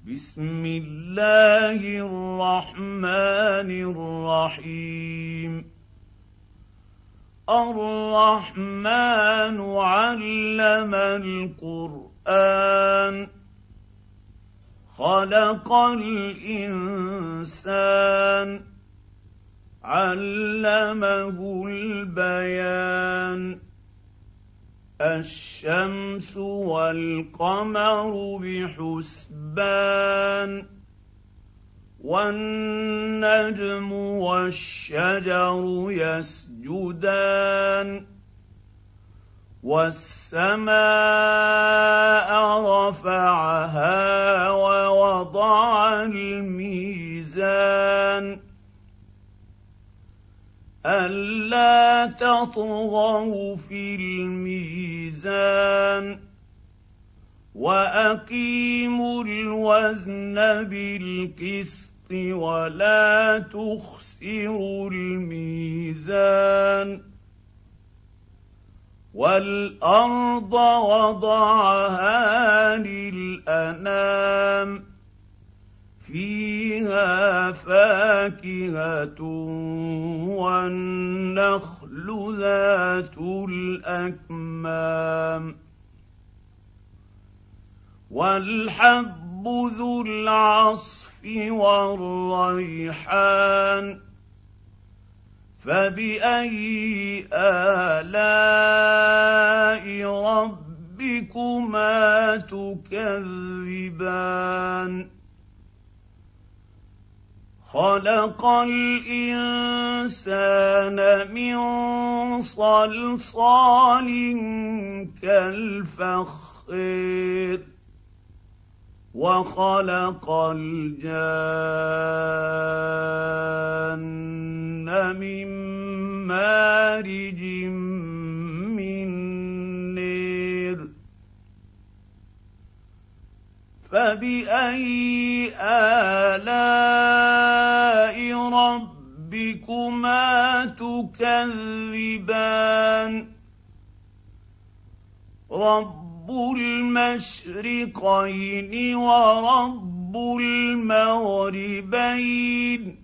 بسم الله الرحمن الرحيم الرحمن علم القرآن خلق الإنسان علمه البيان الشمس والقمر بحسبان والنجم والشجر يسجدان والسماء رفعها ووضع الميزان ألا تطغوا في الميزان وأقيموا الوزن بالقسط ولا تخسروا الميزان والأرض وضعها للأنام فيها فاكهة والنخل ذات الأكمام والحب ذو العصف والريحان فبأي آلاء ربكما تكذبان خلق الإنسان من صلصال كالفخار وخلق الجان من مارج من نار فبأي آلاء ربكما تكذبان رب المشرقين ورب المغربين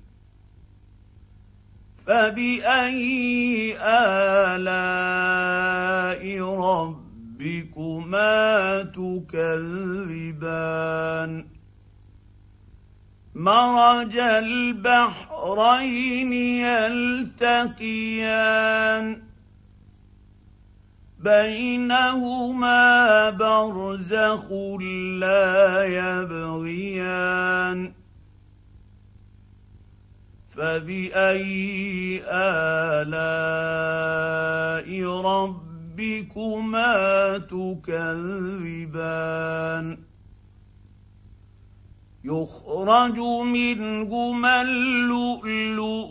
فبأي آلاء ربكما تكذبان مرج البحرين يلتقيان بينهما برزخ لا يبغيان فبأي آلاء ربكما تكذبان يخرج منهما اللؤلؤ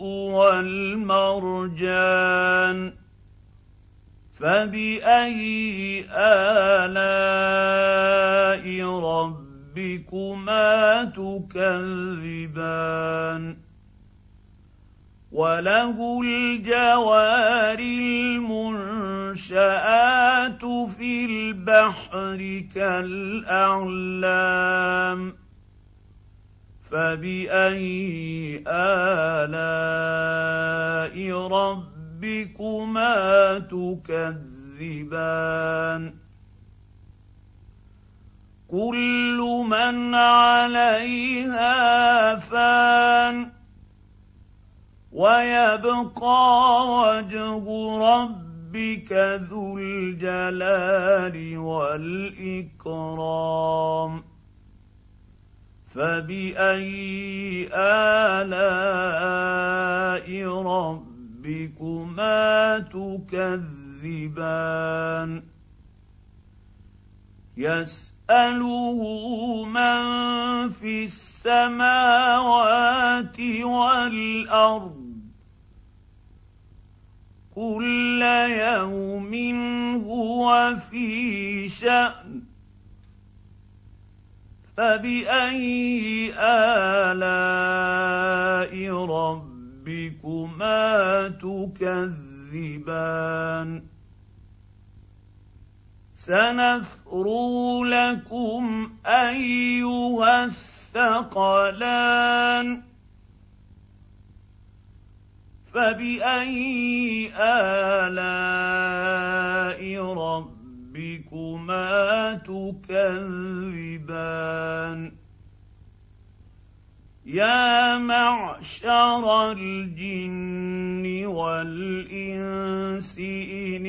والمرجان فبأي آلاء ربكما تكذبان وله الجوار المنشآت في البحر كالأعلام فبأي آلاء ربكما تكذبان كل من عليها فان ويبقى وجه ربك ذو الجلال والإكرام فبأي آلاء ربكما تكذبان يسأله من في السماوات والأرض كل يوم هو في شأن فبأي آلاء ربكما تكذبان سنفرغ لكم أيها الثقلان فبأي آلاء ربكما تكذبان يا معشر الجن والإنس إن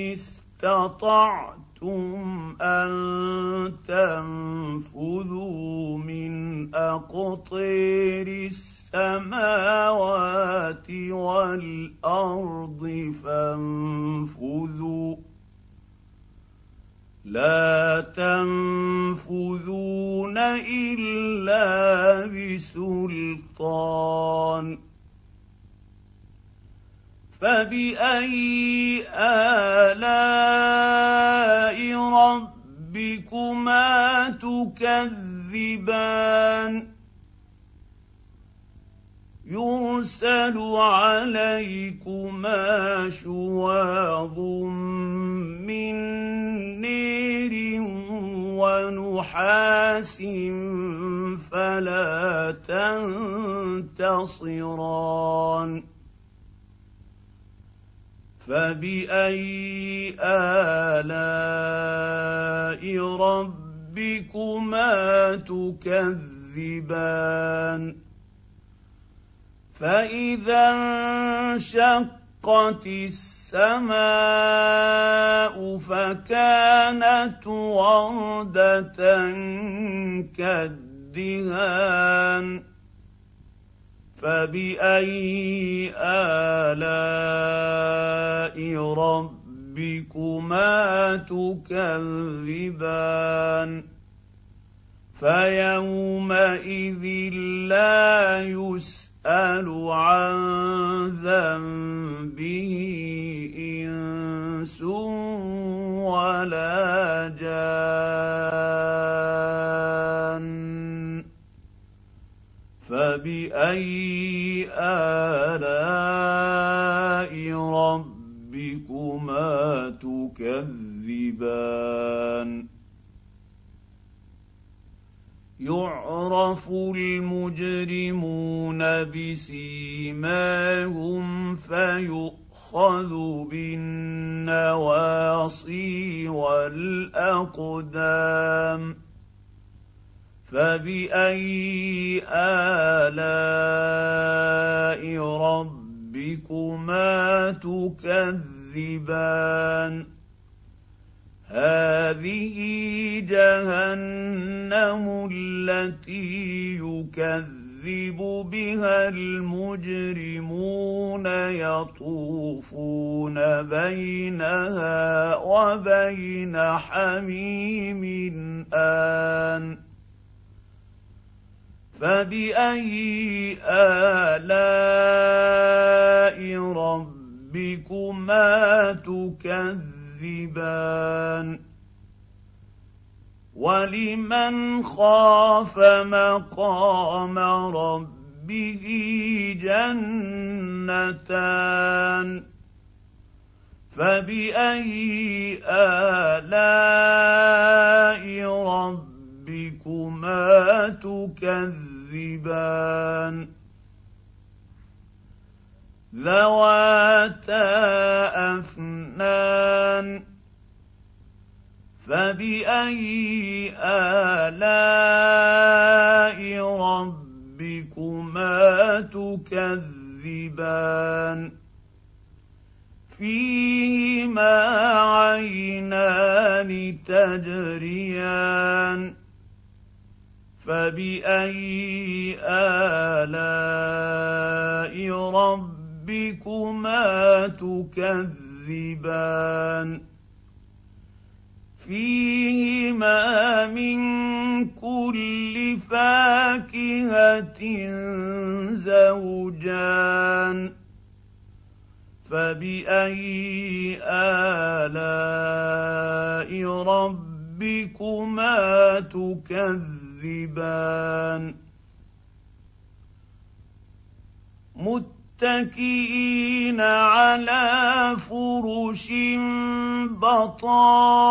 استطعتم أن تنفذوا من أقطار السماوات والأرض فانفذوا لا تنفذون إلا بسلطان فبأي آلاء ربكما تكذبان يرسل عليكما شواظ من نير ونحاس فلا تنتصران فبأي آلاء ربكما تكذبان فإذا انشقت السماء فكانت وردة كالدهان فبأي آلاء ربكما تكذبان فيومئذ لا يسأل عن ذنبه إنس ولا جان فبأي آلاء ربكما تكذبان يعرف المجرمون بسيماهم فيؤخذ بالنواصي والأقدام فبأي آلاء ربكما تكذبان هذه جهنم التي يكذب بها المجرمون يطوفون بينها وبين حميم آن فبأي آلاء ربكما تكذبان ولمن خاف مقام ربه جنتان فبأي آلاء ربكما تكذبان ذواتا أفنان فبأي آلاء ربكما تكذبان فيهما عينان تجريان فبأي آلاء ربكما تكذبان فيهما من كل فاكهة زوجان فبأي آلاء ربكما تكذبان متكئين على فرش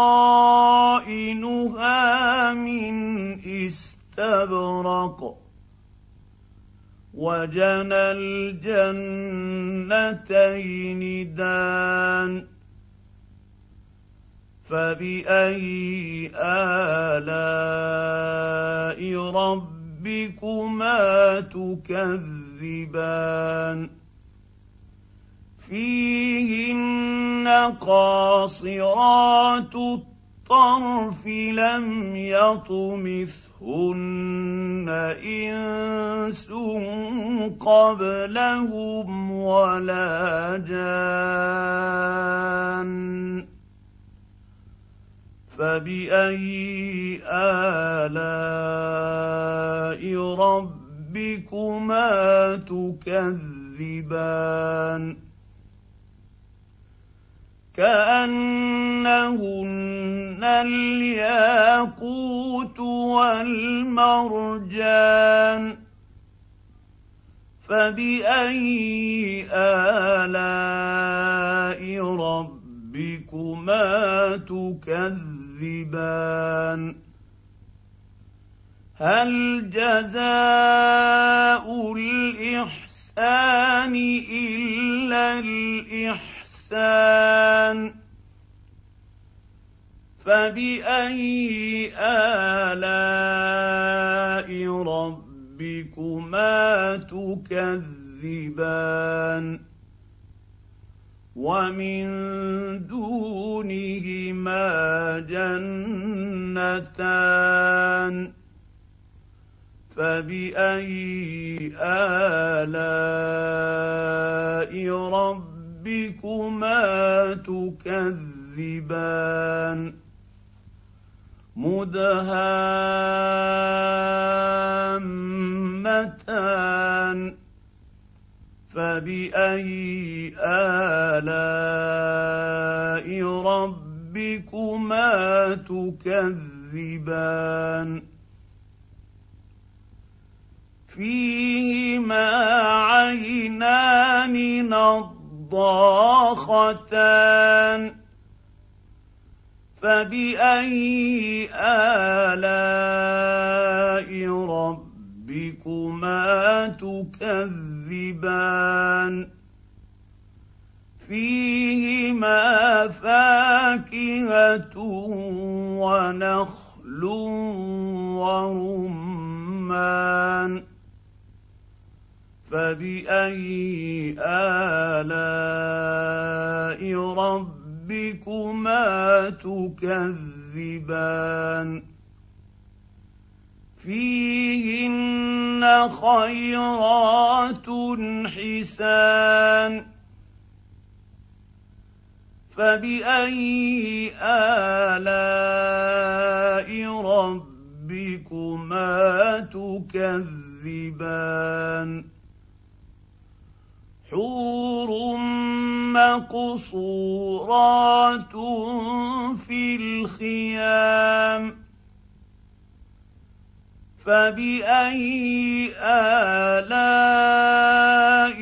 بطائنها من استبرق وجنى الجنتين دان فبأي آلاء ربكما تكذبان فيهن قاصرات الطرف لم يطمثهن إنس قبلهم ولا جان فبأي آلاء ربكما تكذبان كأنهن الياقوت والمرجان فبأي آلاء ربكما تكذبان هل جزاء الإحسان إلا الإحسان فبأي آلاء ربكما تكذبان ومن دونهما جنتان فبأي آلاء ربكما تكذبان مدهامتان فبأي آلاء ربكما تكذبان فيهما عينان نضاختان فبأي آلاء ربكما تكذبان فيهما فاكهة ونخل ورمان فبأي آلاء ربكما تكذبان فيهن خيرات حسان فبأي آلاء ربكما تكذبان حور مقصورات في الخيام فبأي آلاء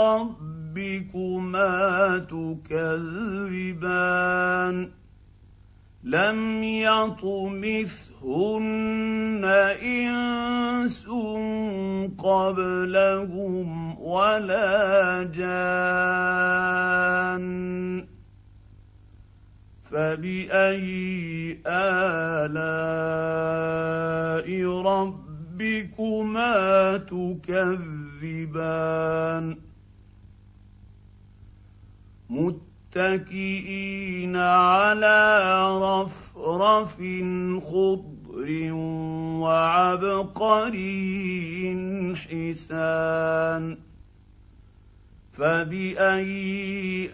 ربكما تكذبان لم يطمثهن إنس قبلهم ولا جان فبأي آلاء ربكما تكذبان متكئين على رفرف خضر وعبقري حسان فبأي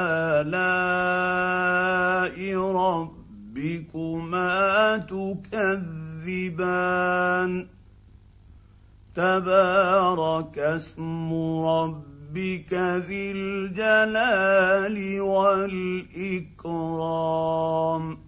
آلاء ربكما تكذبان تبارك اسم ربك ذي الجلال والإكرام